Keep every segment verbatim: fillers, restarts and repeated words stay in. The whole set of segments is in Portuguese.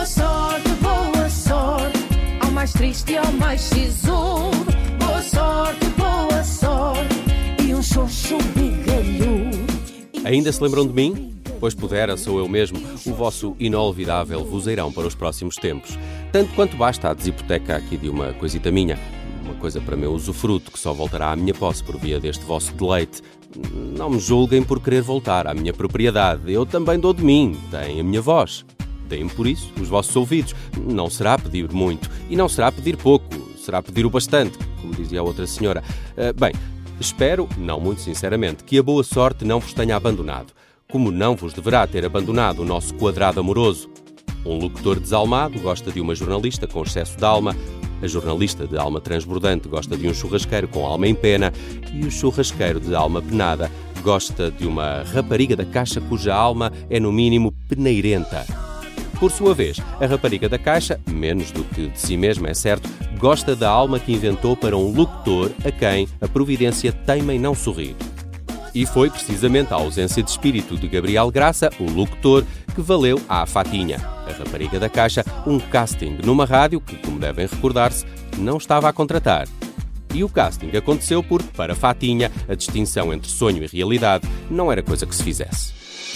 Boa sorte, boa sorte, ao mais triste e ao mais sisudo. Boa sorte, boa sorte, e um xoxo bigalhudo. Ainda se lembram de mim? Pois pudera, sou eu mesmo, o vosso inolvidável vozeirão para os próximos tempos. Tanto quanto basta a deshipoteca aqui de uma coisita minha. Uma coisa para meu usufruto, que só voltará à minha posse por via deste vosso deleite. Não me julguem por querer voltar à minha propriedade. Eu também dou de mim, têm a minha voz. Deem por isso os vossos ouvidos. Não será pedir muito e não será pedir pouco. Será pedir o bastante, como dizia a outra senhora. Uh, bem, espero, não muito sinceramente, que a boa sorte não vos tenha abandonado. Como não vos deverá ter abandonado o nosso quadrado amoroso. Um locutor desalmado gosta de uma jornalista com excesso de alma. A jornalista de alma transbordante gosta de um churrasqueiro com alma em pena. E o churrasqueiro de alma penada gosta de uma rapariga da caixa cuja alma é, no mínimo, peneirenta. Por sua vez, a rapariga da caixa, menos do que de si mesma, é certo, gosta da alma que inventou para um locutor a quem a providência teima em não sorrir. E foi precisamente a ausência de espírito de Gabriel Graça, o locutor, que valeu à Fatinha, a rapariga da caixa, um casting numa rádio que, como devem recordar-se, não estava a contratar. E o casting aconteceu porque, para Fatinha, a distinção entre sonho e realidade não era coisa que se fizesse.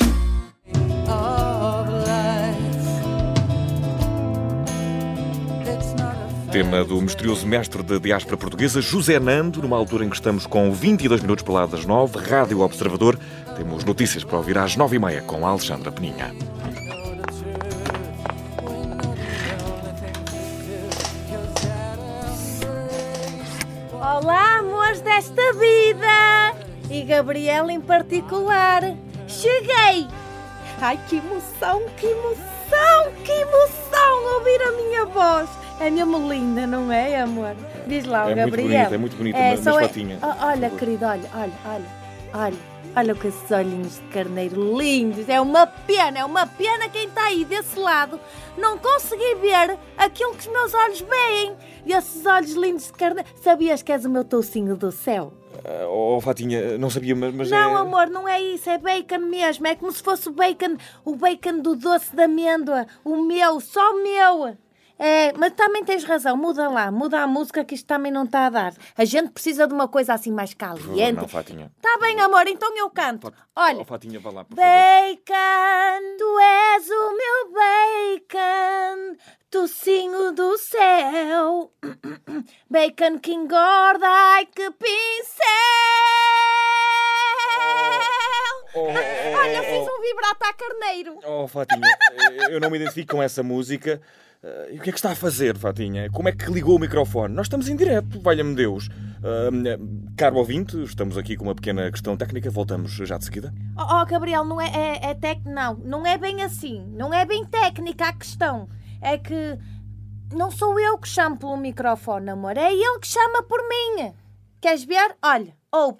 Tema do misterioso mestre da diáspora portuguesa, José Nando, numa altura em que estamos com vinte e dois minutos para lá das nove, Rádio Observador. Temos notícias para ouvir às nove e meia com a Alexandra Peninha. Olá, amores desta vida! E Gabriel em particular. Cheguei! Ai, que emoção, que emoção, que emoção ouvir a minha voz! É mesmo linda, não é, amor? Diz lá, o é Gabriel. É muito bonita, é muito bonita, mas é... Fatinha. Olha, querido, olha, olha, olha, olha. Olha com esses olhinhos de carneiro lindos. É uma pena, é uma pena quem está aí desse lado não consegui ver aquilo que os meus olhos veem. E esses olhos lindos de carneiro. Sabias que és o meu toucinho do céu? Oh, Fatinha, não sabia, mas, mas não, é... amor, não é isso, é bacon mesmo. É como se fosse o bacon, o bacon do doce de amêndoa. O meu, só o meu. É, mas também tens razão, muda lá, muda a música que isto também não está a dar. A gente precisa de uma coisa assim mais caliente. Não, Fatinha. Tá bem, amor, então eu canto. Olha, oh, Fatinha, vá lá, por bacon, tu és o meu bacon, tocinho do céu. Bacon que engorda, ai que pincel. Oh, oh, oh, Olha, oh, fiz oh. um vibrato à carneiro. Oh, Fatinha, eu não me identifico com essa música. Uh, e o que é que está a fazer, Fatinha? Como é que ligou o microfone? Nós estamos em direto, valha-me Deus. Uh, caro ouvinte, estamos aqui com uma pequena questão técnica, voltamos já de seguida. Oh, oh Gabriel, não é, é, é tec... não, não é bem assim, não é bem técnica a questão. É que não sou eu que chamo pelo microfone, amor, é ele que chama por mim. Queres ver? Olha, ouve.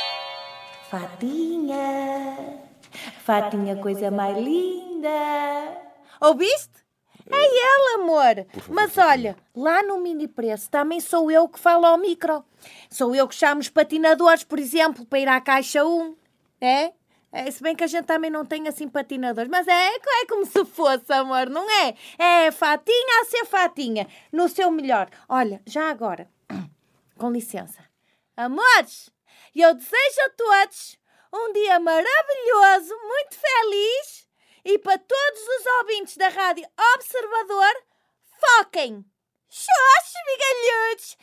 Fatinha, Fatinha, coisa mais linda. Ouviste? É ele, amor. Mas olha, lá no mini preço também sou eu que falo ao micro. Sou eu que chamo os patinadores, por exemplo, para ir à caixa um. É? É, se bem que a gente também não tem assim patinadores. Mas é, é como se fosse, amor, não é? É Fatinha a ser Fatinha. No seu melhor. Olha, já agora, com licença. Amores, eu desejo a todos um dia maravilhoso, muito feliz. E para todos os ouvintes da Rádio Observador, foquem! Xoxos, migalhudos!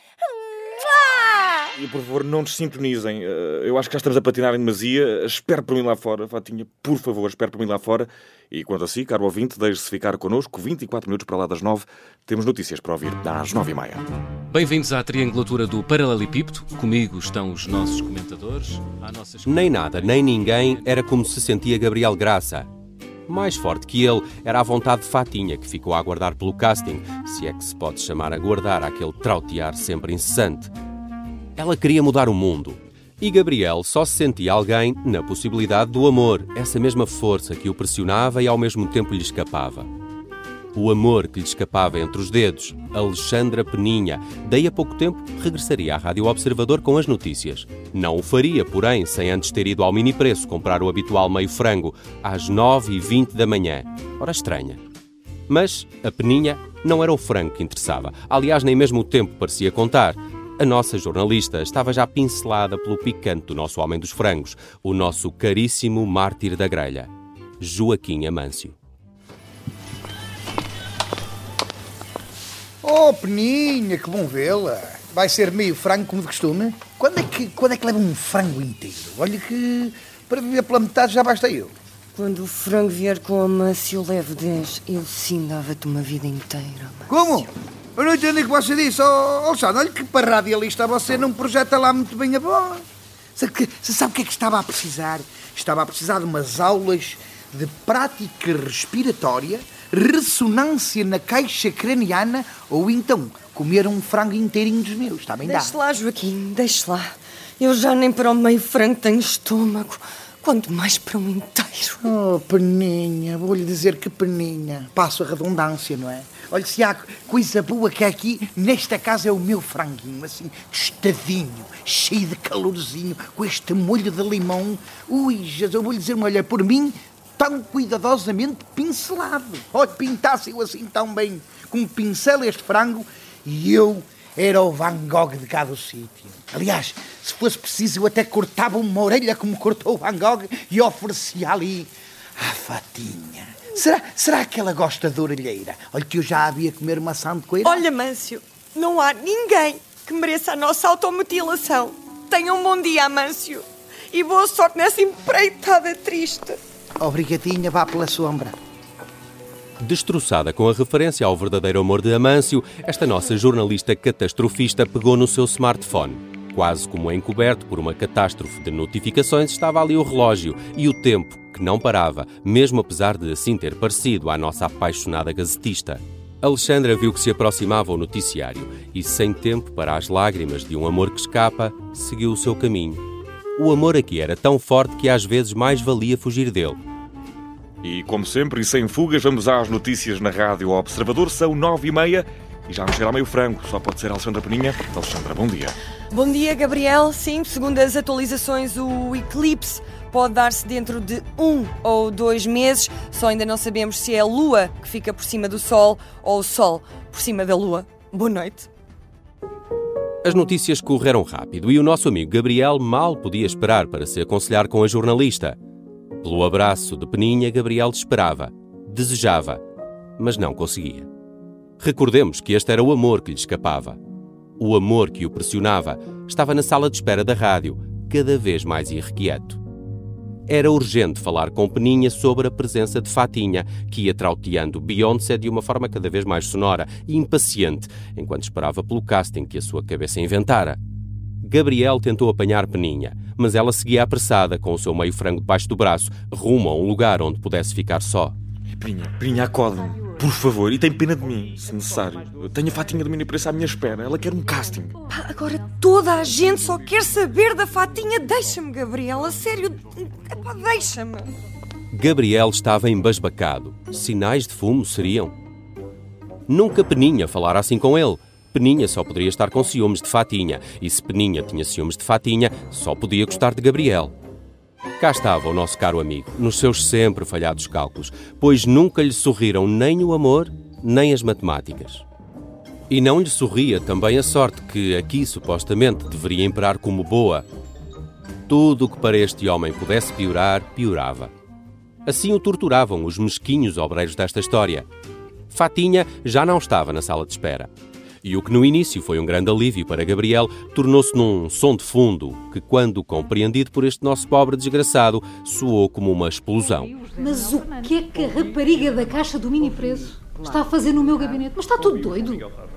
E por favor, não nos sintonizem. Eu acho que já estamos a patinar em demasia. Espere por mim lá fora, Fatinha. Por favor, espere por mim lá fora. E quanto a si, caro ouvinte, deixe-se ficar connosco. vinte e quatro minutos para lá das nove. Temos notícias para ouvir às nove e meia. Bem-vindos à triangulatura do Paralelepípedo. Comigo estão os nossos comentadores. À nossa... Nem nada, nem ninguém era como se sentia Gabriel Graça. Mais forte que ele era a vontade de Fatinha, que ficou a aguardar pelo casting, se é que se pode chamar aguardar aquele trautear sempre incessante. Ela queria mudar o mundo. E Gabriel só se sentia alguém na possibilidade do amor, essa mesma força que o pressionava e ao mesmo tempo lhe escapava. O amor que lhe escapava entre os dedos, Alexandra Peninha. Daí a pouco tempo regressaria à Rádio Observador com as notícias. Não o faria, porém, sem antes ter ido ao mini preço comprar o habitual meio frango, às nove e vinte da manhã. Hora estranha. Mas a Peninha não era o frango que interessava. Aliás, nem mesmo o tempo parecia contar. A nossa jornalista estava já pincelada pelo picante do nosso homem dos frangos, o nosso caríssimo mártir da grelha, Joaquim Amâncio. Oh, Peninha, que bom vê-la. Vai ser meio frango como de costume? Quando é que, quando é que leva um frango inteiro? Olha que para viver pela metade já basta eu. Quando o frango vier com a Amâncio, eu levo dez. Eu sim dava-te uma vida inteira, Amâncio. Como? Eu não entendi o que você disse. Oh, Alexandre, olha que para radialista você não projeta lá muito bem a bola. Sabe, que, sabe o que é que estava a precisar? Estava a precisar de umas aulas de prática respiratória, ressonância na caixa craniana ou então comer um frango inteirinho dos meus. Está bem dado. Deixe lá, Joaquim, deixe lá. Eu já nem para o meio frango tenho estômago. Quanto mais para um inteiro. Oh, Peninha, vou-lhe dizer que Peninha. Passo a redundância, não é? Olha, se há coisa boa que há aqui nesta casa é o meu franguinho, assim, tostadinho, cheio de calorzinho, com este molho de limão. Ui, Jesus, eu vou-lhe dizer, olha, por mim, tão cuidadosamente pincelado. Olha, pintasse-o assim tão bem, com um pincel este frango, e eu era o Van Gogh de cada sítio. Aliás, se fosse preciso, eu até cortava uma orelha como cortou o Van Gogh e oferecia ali à Fatinha. Será, será que ela gosta de orelheira? Olha que eu já havia comer maçã de coelho. Olha, Amâncio, não há ninguém que mereça a nossa automutilação. Tenha um bom dia, Amâncio. E boa sorte nessa empreitada triste. Obrigadinha, vá pela sombra. Destroçada com a referência ao verdadeiro amor de Amâncio, esta nossa jornalista catastrofista pegou no seu smartphone. Quase como encoberto por uma catástrofe de notificações, estava ali o relógio e o tempo, que não parava, mesmo apesar de assim ter parecido à nossa apaixonada gazetista. Alexandra viu que se aproximava o noticiário e, sem tempo para as lágrimas de um amor que escapa, seguiu o seu caminho. O amor aqui era tão forte que às vezes mais valia fugir dele. E, como sempre, e sem fugas, vamos às notícias na Rádio Observador. São nove e meia e já nos cheira a meio frango. Só pode ser Alexandra Peninha. Alexandra, bom dia. Bom dia, Gabriel. Sim, segundo as atualizações, o eclipse pode dar-se dentro de um ou dois meses. Só ainda não sabemos se é a Lua que fica por cima do Sol ou o Sol por cima da Lua. Boa noite. As notícias correram rápido e o nosso amigo Gabriel mal podia esperar para se aconselhar com a jornalista. Pelo abraço de Peninha, Gabriel esperava, desejava, mas não conseguia. Recordemos que este era o amor que lhe escapava. O amor que o pressionava estava na sala de espera da rádio, cada vez mais irrequieto. Era urgente falar com Peninha sobre a presença de Fatinha, que ia trauteando Beyoncé de uma forma cada vez mais sonora e impaciente, enquanto esperava pelo casting que a sua cabeça inventara. Gabriel tentou apanhar Peninha, mas ela seguia apressada com o seu meio frango debaixo do braço, rumo a um lugar onde pudesse ficar só. Peninha, Peninha, acode-me, por favor, e tem pena de mim, se necessário. Eu tenho a Fatinha do Mini Preço à minha espera, ela quer um casting. Pá, agora toda a gente só quer saber da Fatinha. Deixa-me, Gabriel, a sério, pá, deixa-me. Gabriel estava embasbacado. Sinais de fumo seriam? Nunca Peninha falara assim com ele. Peninha só poderia estar com ciúmes de Fatinha, e se Peninha tinha ciúmes de Fatinha, só podia gostar de Gabriel. Cá estava o nosso caro amigo, nos seus sempre falhados cálculos, pois nunca lhe sorriram nem o amor, nem as matemáticas. E não lhe sorria também a sorte que aqui supostamente deveria imperar como boa. Tudo o que para este homem pudesse piorar, piorava. Assim o torturavam os mesquinhos obreiros desta história. Fatinha já não estava na sala de espera. E o que no início foi um grande alívio para Gabriel tornou-se num som de fundo que, quando compreendido por este nosso pobre desgraçado, soou como uma explosão. Mas o que é que a rapariga da caixa do Mini Preço está a fazer no meu gabinete? Mas está tudo doido.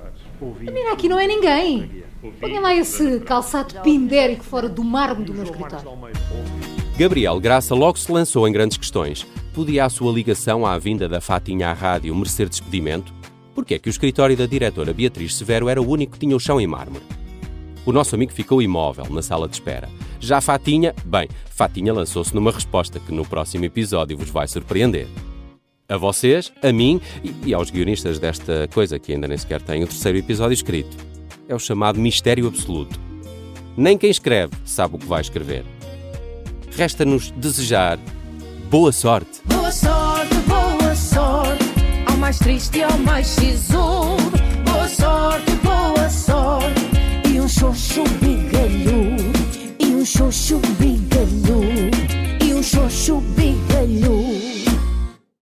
A menina aqui não é ninguém. Ponha lá esse calçado pindérico fora do mármore do meu escritório. Gabriel Graça logo se lançou em grandes questões. Podia a sua ligação à vinda da Fatinha à rádio merecer despedimento? Porque é que o escritório da diretora Beatriz Severo era o único que tinha o chão em mármore? O nosso amigo ficou imóvel na sala de espera. Já Fatinha, bem, Fatinha lançou-se numa resposta que no próximo episódio vos vai surpreender. A vocês, a mim e aos guionistas desta coisa que ainda nem sequer tem o terceiro episódio escrito. É o chamado mistério absoluto. Nem quem escreve sabe o que vai escrever. Resta-nos desejar boa sorte. Boa sorte, boa sorte. Ao mais mais triste e ao mais sisudo. Boa sorte, boa sorte. E um xoxo bigalhudo. E um xoxo bigalhudo.